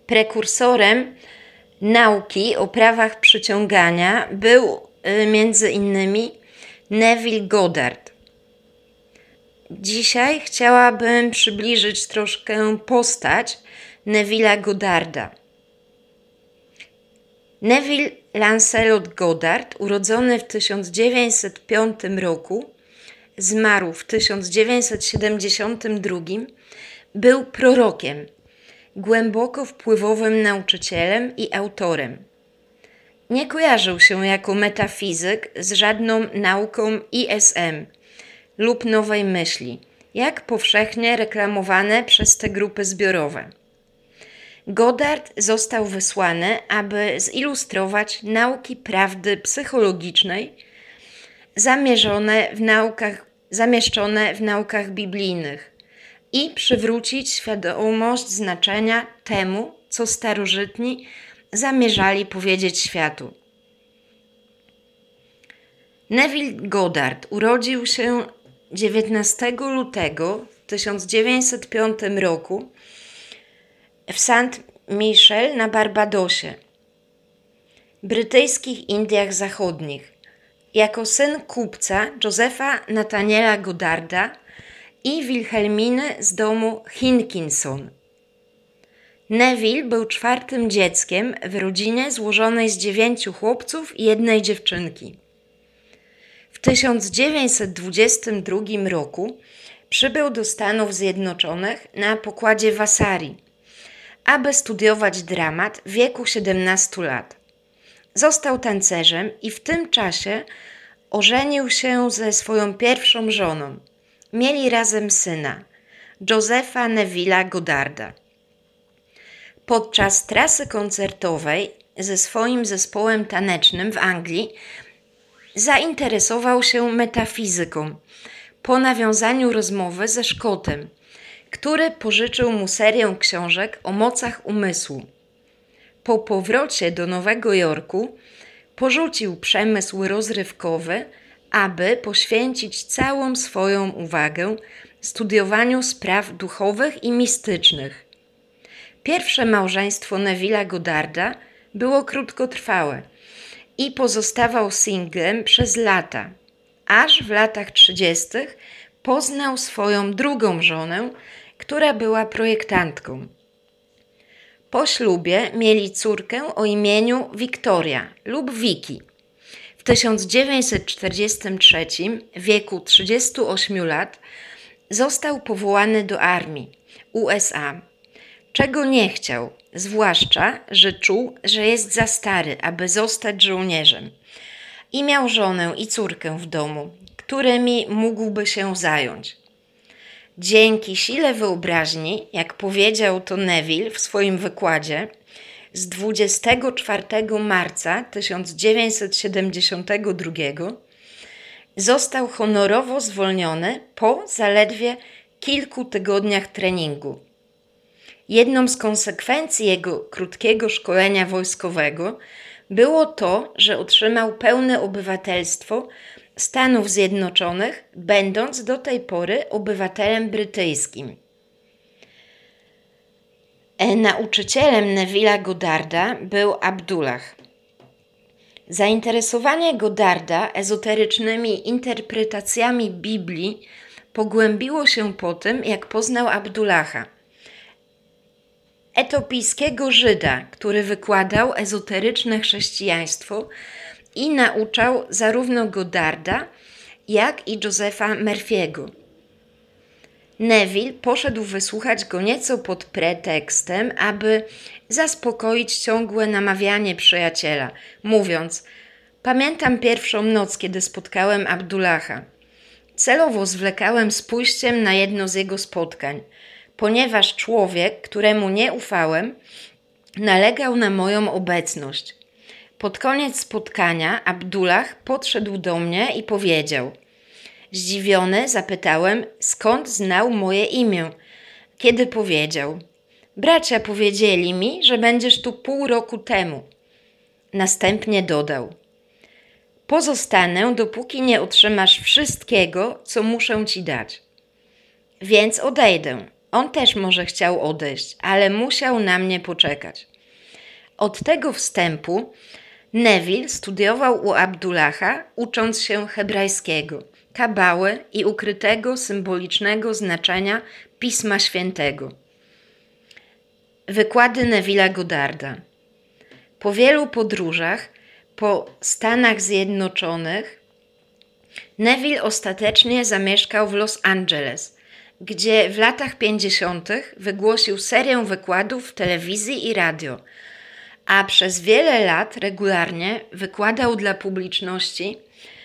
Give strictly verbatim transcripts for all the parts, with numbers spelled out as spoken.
Prekursorem nauki o prawach przyciągania był y, między innymi Neville Goddard. Dzisiaj chciałabym przybliżyć troszkę postać Neville'a Goddarda. Neville Lancelot Goddard, urodzony w tysiąc dziewięćset piątym roku, zmarł w tysiąc dziewięćset siedemdziesiątym drugim, był prorokiem, głęboko wpływowym nauczycielem i autorem. Nie kojarzył się jako metafizyk z żadną nauką I S M lub nowej myśli, jak powszechnie reklamowane przez te grupy zbiorowe. Goddard został wysłany, aby zilustrować nauki prawdy psychologicznej zamierzone w naukach, zamieszczone w naukach biblijnych i przywrócić świadomość znaczenia temu, co starożytni zamierzali powiedzieć światu. Neville Goddard urodził się dziewiętnastego lutego tysiąc dziewięćset piątym roku w Saint-Michel na Barbadosie, brytyjskich Indiach Zachodnich, jako syn kupca Josepha Nathaniela Goddarda i Wilhelminy z domu Hinkinson. Neville był czwartym dzieckiem w rodzinie złożonej z dziewięciu chłopców i jednej dziewczynki. W tysiąc dziewięćset dwudziestym drugim roku przybył do Stanów Zjednoczonych na pokładzie Vasari, aby studiować dramat w wieku siedemnastu lat. Został tancerzem i w tym czasie ożenił się ze swoją pierwszą żoną. Mieli razem syna, Josepha Neville'a Goddarda. Podczas trasy koncertowej ze swoim zespołem tanecznym w Anglii zainteresował się metafizyką po nawiązaniu rozmowy ze Szkotem, który pożyczył mu serię książek o mocach umysłu. Po powrocie do Nowego Jorku porzucił przemysł rozrywkowy, aby poświęcić całą swoją uwagę studiowaniu spraw duchowych i mistycznych. Pierwsze małżeństwo Neville'a Goddarda było krótkotrwałe i pozostawał singlem przez lata, aż w latach trzydziestych poznał swoją drugą żonę, która była projektantką. Po ślubie mieli córkę o imieniu Victoria lub Vicky. W tysiąc dziewięćset czterdziestym trzecim, w wieku trzydziestu ośmiu lat, został powołany do armii U S A, czego nie chciał, zwłaszcza, że czuł, że jest za stary, aby zostać żołnierzem i miał żonę i córkę w domu, którymi mógłby się zająć. Dzięki sile wyobraźni, jak powiedział to Neville w swoim wykładzie, z dwudziestego czwartego marca tysiąc dziewięćset siedemdziesiątego drugiego został honorowo zwolniony po zaledwie kilku tygodniach treningu. Jedną z konsekwencji jego krótkiego szkolenia wojskowego było to, że otrzymał pełne obywatelstwo Stanów Zjednoczonych, będąc do tej pory obywatelem brytyjskim. Nauczycielem Neville'a Goddarda był Abdullah. Zainteresowanie Goddarda ezoterycznymi interpretacjami Biblii pogłębiło się po tym, jak poznał Abdullaha, etiopijskiego Żyda, który wykładał ezoteryczne chrześcijaństwo i nauczał zarówno Goddarda, jak i Josepha Murphy'ego. Neville poszedł wysłuchać go nieco pod pretekstem, aby zaspokoić ciągłe namawianie przyjaciela, mówiąc: pamiętam pierwszą noc, kiedy spotkałem Abdullaha. Celowo zwlekałem z pójściem na jedno z jego spotkań, ponieważ człowiek, któremu nie ufałem, nalegał na moją obecność. Pod koniec spotkania Abdullah podszedł do mnie i powiedział: zdziwiony zapytałem, skąd znał moje imię, kiedy powiedział: bracia powiedzieli mi, że będziesz tu pół roku temu. Następnie dodał: pozostanę, dopóki nie otrzymasz wszystkiego, co muszę ci dać. Więc odejdę, On też może chciał odejść, ale musiał na mnie poczekać. Od tego wstępu Neville studiował u Abdullaha, ucząc się hebrajskiego, kabały i ukrytego symbolicznego znaczenia Pisma Świętego. Wykłady Neville'a Goddarda. Po wielu podróżach po Stanach Zjednoczonych Neville ostatecznie zamieszkał w Los Angeles, gdzie w latach pięćdziesiątych wygłosił serię wykładów w telewizji i radio, a przez wiele lat regularnie wykładał dla publiczności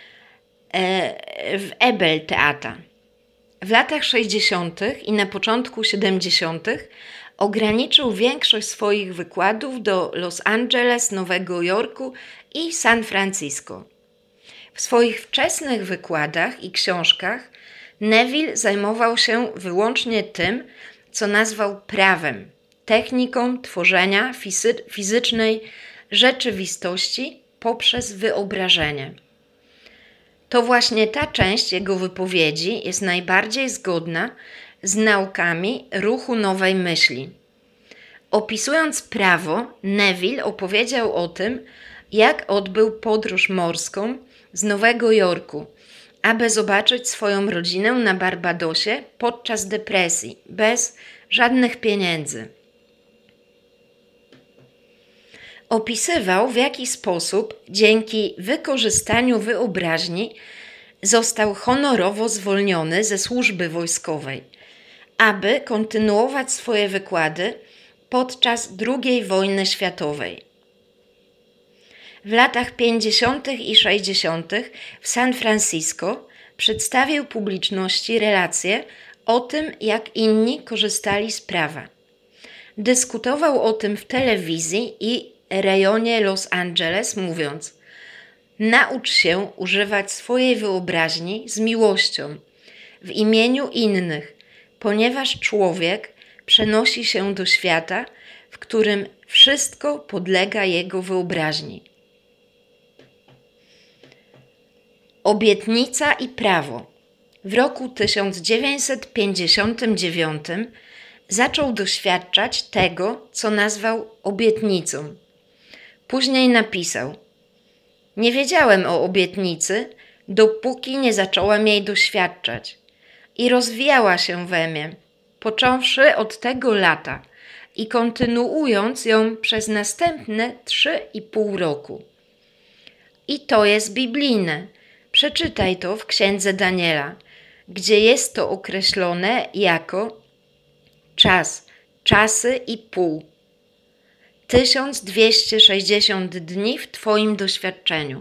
w Ebel Teata. W latach sześćdziesiątych i na początku siedemdziesiątych ograniczył większość swoich wykładów do Los Angeles, Nowego Jorku i San Francisco. W swoich wczesnych wykładach i książkach Neville zajmował się wyłącznie tym, co nazwał prawem, techniką tworzenia fizy- fizycznej rzeczywistości poprzez wyobrażenie. To właśnie ta część jego wypowiedzi jest najbardziej zgodna z naukami ruchu nowej myśli. Opisując prawo, Neville opowiedział o tym, jak odbył podróż morską z Nowego Jorku, aby zobaczyć swoją rodzinę na Barbadosie podczas depresji, bez żadnych pieniędzy. Opisywał, w jaki sposób dzięki wykorzystaniu wyobraźni został honorowo zwolniony ze służby wojskowej, aby kontynuować swoje wykłady podczas drugiej wojny światowej. W latach pięćdziesiątych i sześćdziesiątych w San Francisco przedstawił publiczności relacje o tym, jak inni korzystali z prawa. Dyskutował o tym w telewizji i rejonie Los Angeles, mówiąc: naucz się używać swojej wyobraźni z miłością w imieniu innych, ponieważ człowiek przenosi się do świata, w którym wszystko podlega jego wyobraźni. Obietnica i prawo. W roku tysiąc dziewięćset pięćdziesiątym dziewiątym zaczął doświadczać tego, co nazwał obietnicą. Później napisał: nie wiedziałem o obietnicy, dopóki nie zacząłem jej doświadczać i rozwijała się we mnie, począwszy od tego lata i kontynuując ją przez następne trzy i pół roku. I to jest biblijne. Przeczytaj to w Księdze Daniela, gdzie jest to określone jako czas, czasy i pół. tysiąc dwieście sześćdziesiąt dni w Twoim doświadczeniu.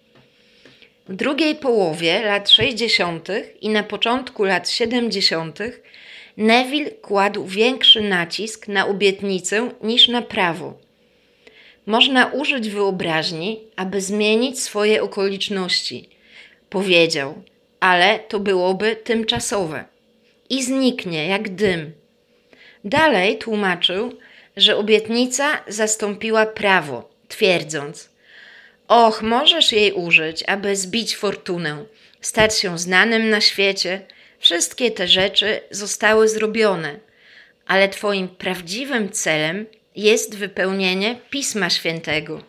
W drugiej połowie lat sześćdziesiątych i na początku lat siedemdziesiątych Neville kładł większy nacisk na obietnicę niż na prawo. Można użyć wyobraźni, aby zmienić swoje okoliczności, powiedział, ale to byłoby tymczasowe i zniknie jak dym. Dalej tłumaczył, że obietnica zastąpiła prawo, twierdząc: och, możesz jej użyć, aby zbić fortunę, stać się znanym na świecie, wszystkie te rzeczy zostały zrobione, ale Twoim prawdziwym celem jest wypełnienie Pisma Świętego.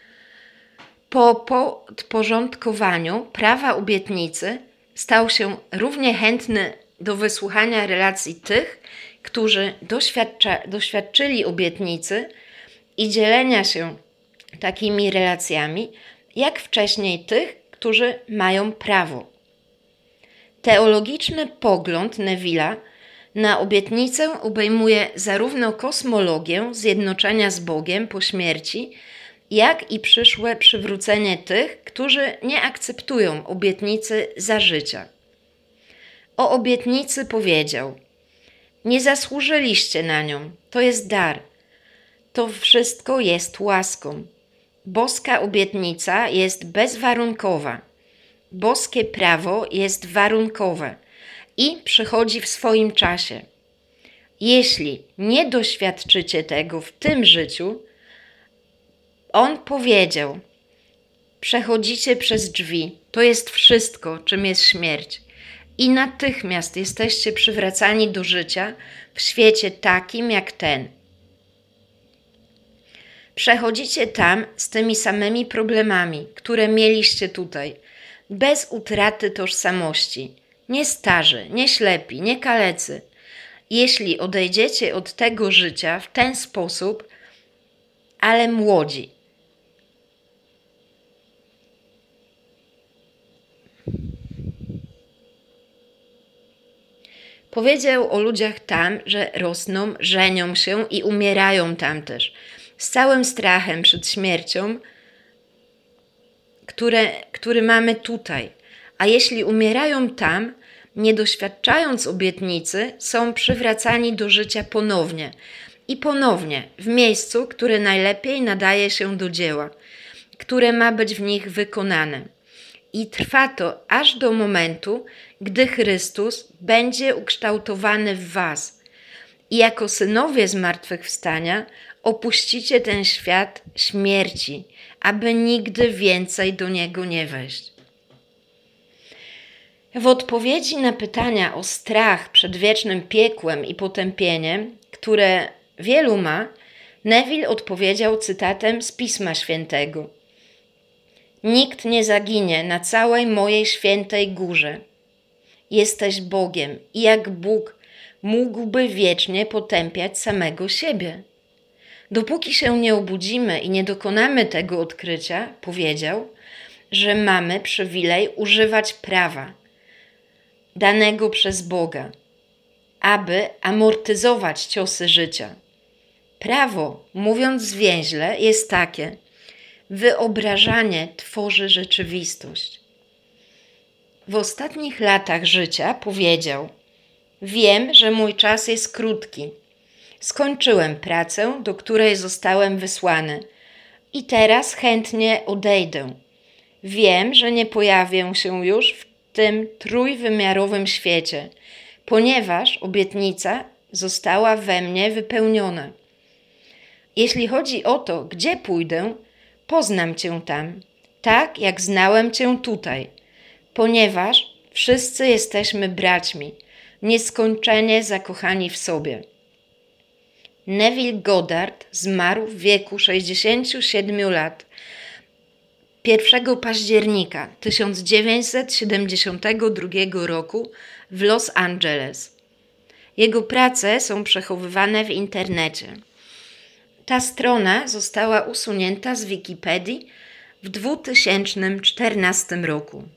Po podporządkowaniu prawa obietnicy stał się równie chętny do wysłuchania relacji tych, którzy doświadcza, doświadczyli obietnicy i dzielenia się takimi relacjami, jak wcześniej tych, którzy mają prawo. Teologiczny pogląd Neville'a na obietnicę obejmuje zarówno kosmologię zjednoczenia z Bogiem po śmierci, jak i przyszłe przywrócenie tych, którzy nie akceptują obietnicy za życia. O obietnicy powiedział: nie zasłużyliście na nią, to jest dar. To wszystko jest łaską. Boska obietnica jest bezwarunkowa. Boskie prawo jest warunkowe i przychodzi w swoim czasie. Jeśli nie doświadczycie tego w tym życiu, on powiedział: przechodzicie przez drzwi, to jest wszystko, czym jest śmierć. i natychmiast jesteście przywracani do życia w świecie takim jak ten. Przechodzicie tam z tymi samymi problemami, które mieliście tutaj, bez utraty tożsamości. Nie starzy, nie ślepi, nie kalecy. Jeśli odejdziecie od tego życia w ten sposób, ale młodzi. Powiedział o ludziach tam, że rosną, żenią się i umierają tam też, z całym strachem przed śmiercią, które, który mamy tutaj. A jeśli umierają tam, nie doświadczając obietnicy, są przywracani do życia ponownie i ponownie w miejscu, które najlepiej nadaje się do dzieła, które ma być w nich wykonane. I trwa to aż do momentu, gdy Chrystus będzie ukształtowany w was. I jako synowie zmartwychwstania opuścicie ten świat śmierci, aby nigdy więcej do niego nie wejść. W odpowiedzi na pytania o strach przed wiecznym piekłem i potępieniem, które wielu ma, Neville odpowiedział cytatem z Pisma Świętego. Nikt nie zaginie na całej mojej świętej górze. Jesteś Bogiem i jak Bóg mógłby wiecznie potępiać samego siebie? Dopóki się nie obudzimy i nie dokonamy tego odkrycia, powiedział, że mamy przywilej używać prawa danego przez Boga, aby amortyzować ciosy życia. Prawo, mówiąc zwięźle, jest takie: wyobrażanie tworzy rzeczywistość. W ostatnich latach życia powiedział: wiem, że mój czas jest krótki. Skończyłem pracę, do której zostałem wysłany i teraz chętnie odejdę. Wiem, że nie pojawię się już w tym trójwymiarowym świecie, ponieważ obietnica została we mnie wypełniona. Jeśli chodzi o to, gdzie pójdę, poznam Cię tam, tak jak znałem Cię tutaj, ponieważ wszyscy jesteśmy braćmi, nieskończenie zakochani w sobie. Neville Goddard zmarł w wieku sześćdziesięciu siedmiu lat pierwszego października tysiąc dziewięćset siedemdziesiątego drugiego roku w Los Angeles. Jego prace są przechowywane w internecie. Ta strona została usunięta z Wikipedii w dwa tysiące czternastym roku.